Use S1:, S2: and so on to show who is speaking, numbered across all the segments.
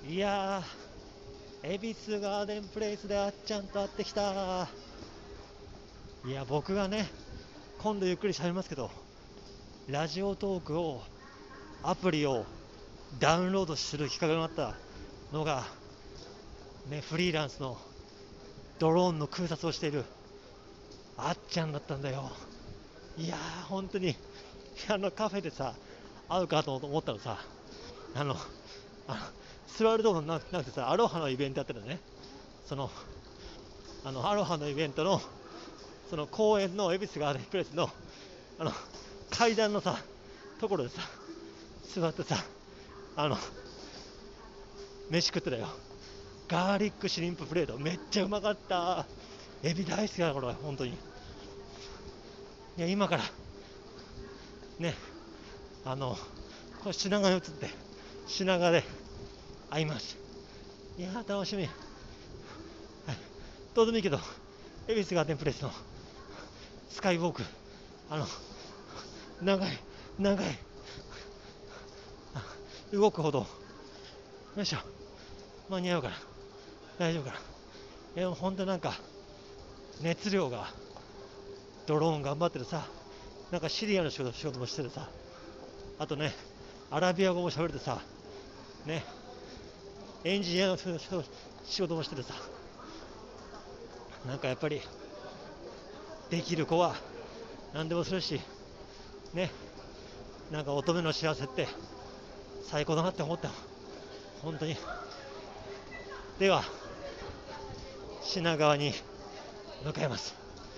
S1: いや恵比寿ガーデンプレイスであっちゃんと会ってきた。いや、僕がね、今度ゆっくり喋りますけど、ラジオトークを、アプリをダウンロードするきっかけになったのが、ね、フリーランスのドローンの空撮をしているあっちゃんだったんだよ。いやー、本当に、カフェでさ、会うかと思ったらさ、あの、座るとこなくてさ、アロハのイベントやってたね。その、アロハのイベントの、その公園の恵比寿ガーデンプレイスの、あの、階段のさ、ところでさ、座ってさ、飯食ってたよ。ガーリックシュリンププレート、めっちゃうまかった。エビ大好きだ、これ、本当に。いや、今から、ね、これ品川に移って、品川で会います。いやー、楽しみ。はい、どうでもいいけど、恵比寿ガーデンプレイスのスカイウォーク、長い、長い、動くほど、よいしょ、間に合うから、大丈夫かな。いや、ほんとなんか、熱量が、ドローン頑張ってるさ、なんかシリアの仕事もしてるさ、あとね、アラビア語も喋れてさ、ね、エンジニアの仕事もしててさ、なんかやっぱり、できる子は何でもするし、ね、なんか乙女の幸せって最高だなって思ったよ、本当に。では、品川に向かいます。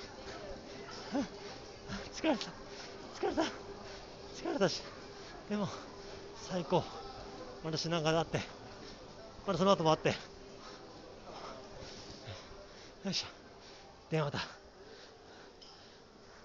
S1: 疲れた、疲れた、疲れたし、でも最高。また品川で会って、またその後も会って、よいしょ、ではまた。